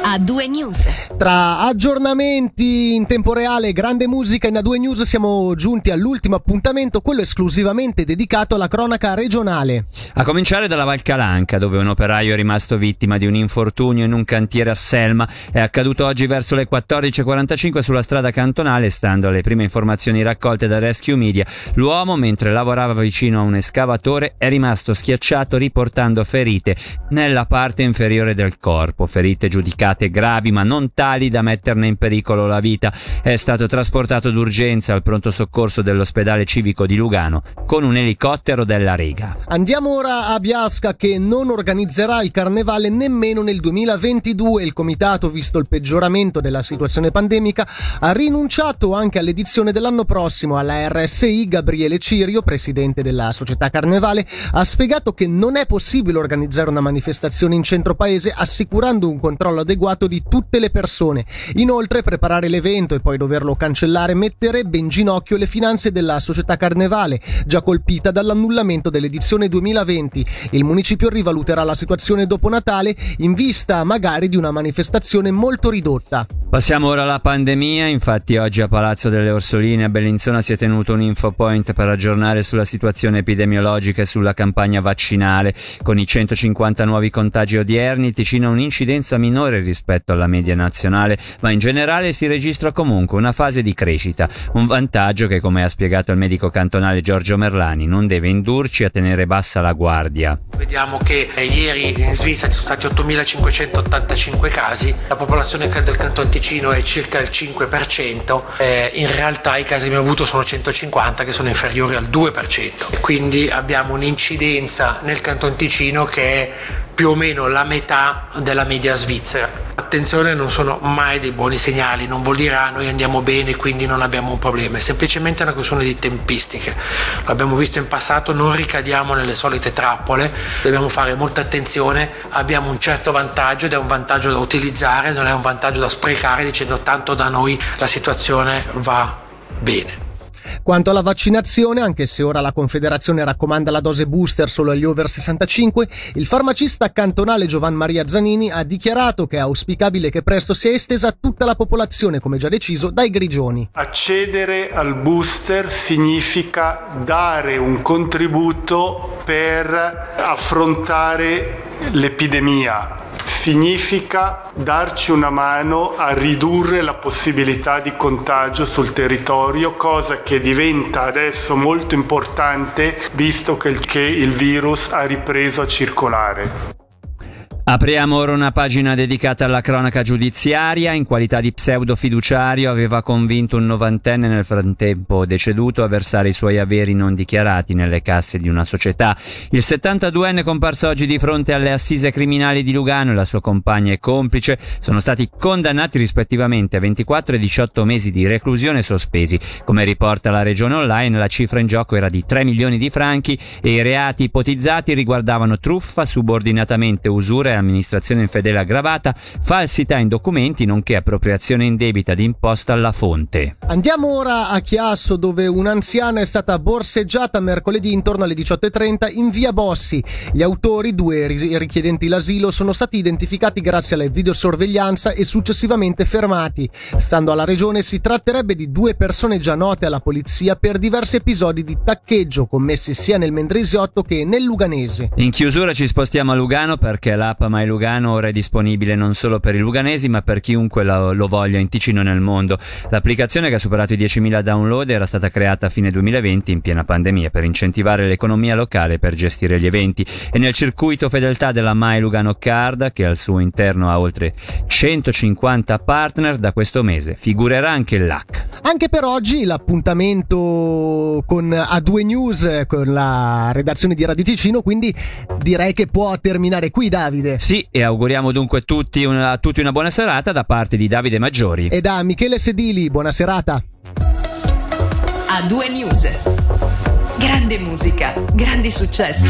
A2 News. Tra aggiornamenti in tempo reale e grande musica in A2 News siamo giunti all'ultimo appuntamento, quello esclusivamente dedicato alla cronaca regionale. A cominciare dalla Val Calanca, dove un operaio è rimasto vittima di un infortunio in un cantiere a Selma. È accaduto oggi verso le 14.45 sulla strada cantonale. Stando alle prime informazioni raccolte da Rescue Media, l'uomo, mentre lavorava vicino a un escavatore, è rimasto schiacciato riportando ferite nella parte inferiore del corpo, ferite giudicate gravi ma non tali da metterne in pericolo la vita. È stato trasportato d'urgenza al pronto soccorso dell'ospedale civico di Lugano con un elicottero della Rega. Andiamo ora a Biasca, che non organizzerà il carnevale nemmeno nel 2022. Il comitato, visto il peggioramento della situazione pandemica, ha rinunciato anche all'edizione dell'anno prossimo. Alla RSI Gabriele Cirio, presidente della società Carnevale, ha spiegato che non è possibile organizzare una manifestazione in centro paese assicurando un controllo adeguato di tutte le persone. Inoltre, preparare l'evento e poi doverlo cancellare metterebbe in ginocchio le finanze della società Carnevale, già colpita dall'annullamento dell'edizione 2020. Il municipio rivaluterà la situazione dopo Natale in vista magari di una manifestazione molto ridotta. Passiamo ora alla pandemia. Infatti oggi a Palazzo delle Orsoline a Bellinzona si è tenuto un infopoint per aggiornare sulla situazione epidemiologica e sulla campagna vaccinale. Con i 150 nuovi contagi odierni, Ticino ha un'incidenza minore rispetto alla media nazionale, ma in generale si registra comunque una fase di crescita, un vantaggio che, come ha spiegato il medico cantonale Giorgio Merlani, non deve indurci a tenere bassa la guardia. Vediamo che ieri in Svizzera ci sono stati 8.585 casi, la popolazione del Canton Ticino è circa il 5%, in realtà i casi che abbiamo avuto sono 150, che sono inferiori al 2%, quindi abbiamo un'incidenza nel Canton Ticino che è più o meno la metà della media svizzera. Attenzione, non sono mai dei buoni segnali, non vuol dire noi andiamo bene quindi non abbiamo un problema, è semplicemente una questione di tempistiche. L'abbiamo visto in passato, non ricadiamo nelle solite trappole, dobbiamo fare molta attenzione, abbiamo un certo vantaggio ed è un vantaggio da utilizzare, non è un vantaggio da sprecare dicendo tanto da noi la situazione va bene. Quanto alla vaccinazione, anche se ora la Confederazione raccomanda la dose booster solo agli over 65, il farmacista cantonale Giovan Maria Zanini ha dichiarato che è auspicabile che presto sia estesa a tutta la popolazione, come già deciso dai Grigioni. Accedere al booster significa dare un contributo per affrontare l'epidemia. Significa darci una mano a ridurre la possibilità di contagio sul territorio, cosa che diventa adesso molto importante visto che il virus ha ripreso a circolare. Apriamo ora una pagina dedicata alla cronaca giudiziaria. In qualità di pseudo fiduciario aveva convinto un novantenne, nel frattempo deceduto, a versare i suoi averi non dichiarati nelle casse di una società. Il 72enne, comparso oggi di fronte alle assise criminali di Lugano, e la sua compagna e complice sono stati condannati rispettivamente a 24 e 18 mesi di reclusione sospesi. Come riporta la Regione Online, la cifra in gioco era di 3 milioni di franchi e i reati ipotizzati riguardavano truffa, subordinatamente usura e amministrazione infedele aggravata, falsità in documenti, nonché appropriazione indebita di imposta alla fonte. Andiamo ora a Chiasso, dove un'anziana è stata borseggiata mercoledì intorno alle 18.30 in via Bossi. Gli autori, due richiedenti l'asilo, sono stati identificati grazie alla videosorveglianza e successivamente fermati. Stando alla regione, si tratterebbe di due persone già note alla polizia per diversi episodi di taccheggio commessi sia nel Mendrisiotto che nel Luganese. In chiusura ci spostiamo a Lugano, perché l'app My Lugano ora è disponibile non solo per i luganesi ma per chiunque lo voglia in Ticino e nel mondo. L'applicazione, che ha superato i 10.000 download, era stata creata a fine 2020 in piena pandemia per incentivare l'economia locale e per gestire gli eventi, e nel circuito fedeltà della My Lugano Card, che al suo interno ha oltre 150 partner, da questo mese figurerà anche l'HAC. Anche per oggi l'appuntamento con A2 News, con la redazione di Radio Ticino, quindi direi che può terminare qui, Davide. Sì, e auguriamo dunque a tutti una buona serata da parte di Davide Maggiori e da Michele Sedili. Buona serata. A2 News. Grande musica, grandi successi.